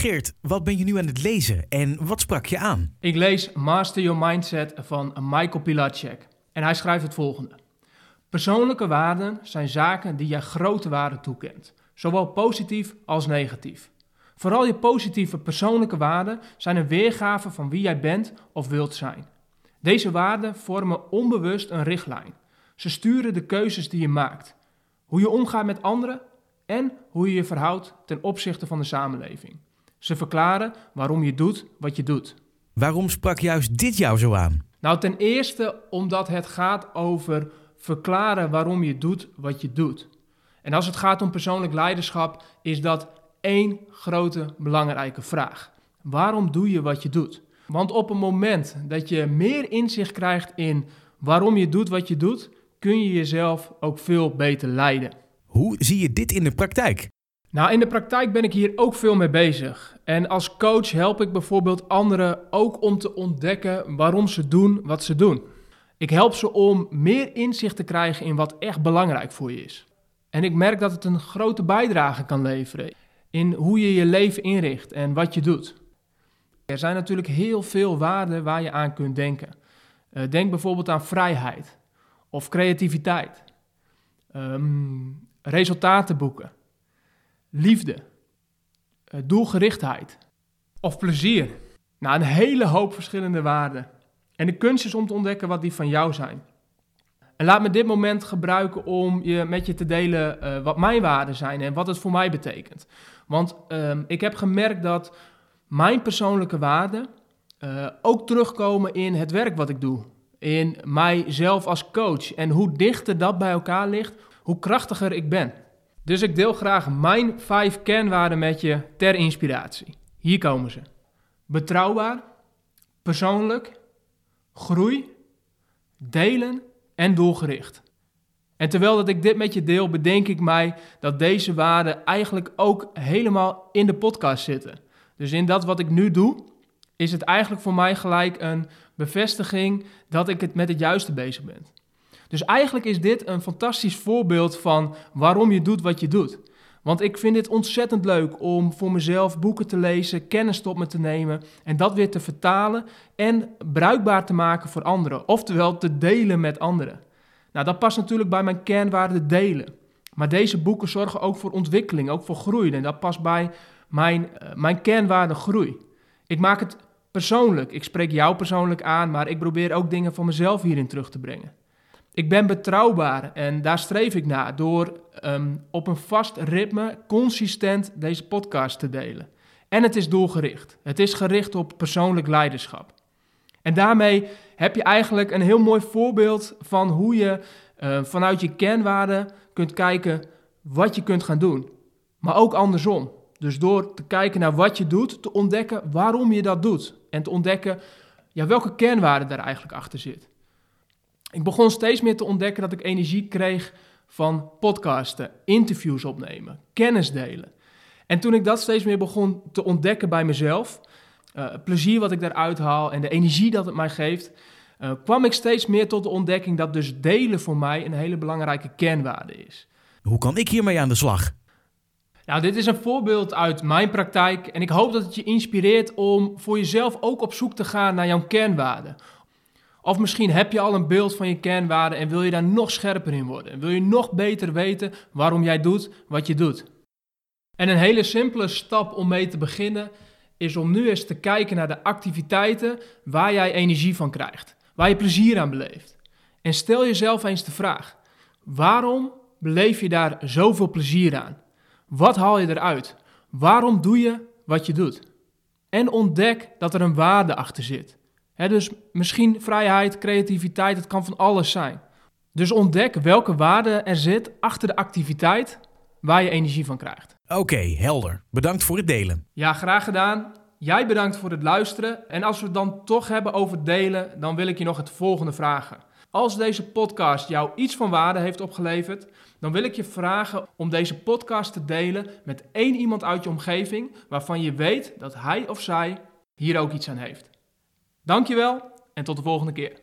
Geert, wat ben je nu aan het lezen en wat sprak je aan? Ik lees Master Your Mindset van Michael Pilarczyk en hij schrijft het volgende. Persoonlijke waarden zijn zaken die jij grote waarde toekent, zowel positief als negatief. Vooral je positieve persoonlijke waarden zijn een weergave van wie jij bent of wilt zijn. Deze waarden vormen onbewust een richtlijn. Ze sturen de keuzes die je maakt, hoe je omgaat met anderen en hoe je je verhoudt ten opzichte van de samenleving. Ze verklaren waarom je doet wat je doet. Waarom sprak juist dit jou zo aan? Nou, ten eerste omdat het gaat over verklaren waarom je doet wat je doet. En als het gaat om persoonlijk leiderschap, is dat één grote belangrijke vraag. Waarom doe je wat je doet? Want op het moment dat je meer inzicht krijgt in waarom je doet wat je doet, kun je jezelf ook veel beter leiden. Hoe zie je dit in de praktijk? Nou, in de praktijk ben ik hier ook veel mee bezig. En als coach help ik bijvoorbeeld anderen ook om te ontdekken waarom ze doen wat ze doen. Ik help ze om meer inzicht te krijgen in wat echt belangrijk voor je is. En ik merk dat het een grote bijdrage kan leveren in hoe je je leven inricht en wat je doet. Er zijn natuurlijk heel veel waarden waar je aan kunt denken. Denk bijvoorbeeld aan vrijheid of creativiteit, resultaten boeken, liefde, doelgerichtheid of plezier. Nou, een hele hoop verschillende waarden. En de kunst is om te ontdekken wat die van jou zijn. En laat me dit moment gebruiken om met je te delen wat mijn waarden zijn en wat het voor mij betekent. Want ik heb gemerkt dat mijn persoonlijke waarden ook terugkomen in het werk wat ik doe. In mijzelf als coach. En hoe dichter dat bij elkaar ligt, hoe krachtiger ik ben. Dus ik deel graag mijn 5 kernwaarden met je ter inspiratie. Hier komen ze. Betrouwbaar, persoonlijk, groei, delen en doelgericht. En terwijl dat ik dit met je deel, bedenk ik mij dat deze waarden eigenlijk ook helemaal in de podcast zitten. Dus in dat wat ik nu doe, is het eigenlijk voor mij gelijk een bevestiging dat ik met het juiste bezig ben. Dus eigenlijk is dit een fantastisch voorbeeld van waarom je doet wat je doet. Want ik vind het ontzettend leuk om voor mezelf boeken te lezen, kennis tot me te nemen en dat weer te vertalen en bruikbaar te maken voor anderen. Oftewel te delen met anderen. Nou, dat past natuurlijk bij mijn kernwaarde delen. Maar deze boeken zorgen ook voor ontwikkeling, ook voor groei. En dat past bij mijn kernwaarde groei. Ik maak het persoonlijk. Ik spreek jou persoonlijk aan, maar ik probeer ook dingen van mezelf hierin terug te brengen. Ik ben betrouwbaar en daar streef ik naar door op een vast ritme consistent deze podcast te delen. En het is doelgericht. Het is gericht op persoonlijk leiderschap. En daarmee heb je eigenlijk een heel mooi voorbeeld van hoe je vanuit je kernwaarden kunt kijken wat je kunt gaan doen. Maar ook andersom. Dus door te kijken naar wat je doet, te ontdekken waarom je dat doet. En te ontdekken welke kernwaarde daar eigenlijk achter zit. Ik begon steeds meer te ontdekken dat ik energie kreeg van podcasten, interviews opnemen, kennis delen. En toen ik dat steeds meer begon te ontdekken bij mezelf, het plezier wat ik daaruit haal en de energie dat het mij geeft, kwam ik steeds meer tot de ontdekking dat dus delen voor mij een hele belangrijke kernwaarde is. Hoe kan ik hiermee aan de slag? Nou, dit is een voorbeeld uit mijn praktijk en ik hoop dat het je inspireert om voor jezelf ook op zoek te gaan naar jouw kernwaarden. Of misschien heb je al een beeld van je kernwaarden en wil je daar nog scherper in worden. En wil je nog beter weten waarom jij doet wat je doet. En een hele simpele stap om mee te beginnen is om nu eens te kijken naar de activiteiten waar jij energie van krijgt. Waar je plezier aan beleeft. En stel jezelf eens de vraag, waarom beleef je daar zoveel plezier aan? Wat haal je eruit? Waarom doe je wat je doet? En ontdek dat er een waarde achter zit. Dus misschien vrijheid, creativiteit, het kan van alles zijn. Dus ontdek welke waarde er zit achter de activiteit waar je energie van krijgt. Oké, helder. Bedankt voor het delen. Ja, graag gedaan. Jij bedankt voor het luisteren. En als we het dan toch hebben over delen, dan wil ik je nog het volgende vragen. Als deze podcast jou iets van waarde heeft opgeleverd, dan wil ik je vragen om deze podcast te delen met 1 iemand uit je omgeving waarvan je weet dat hij of zij hier ook iets aan heeft. Dankjewel en tot de volgende keer.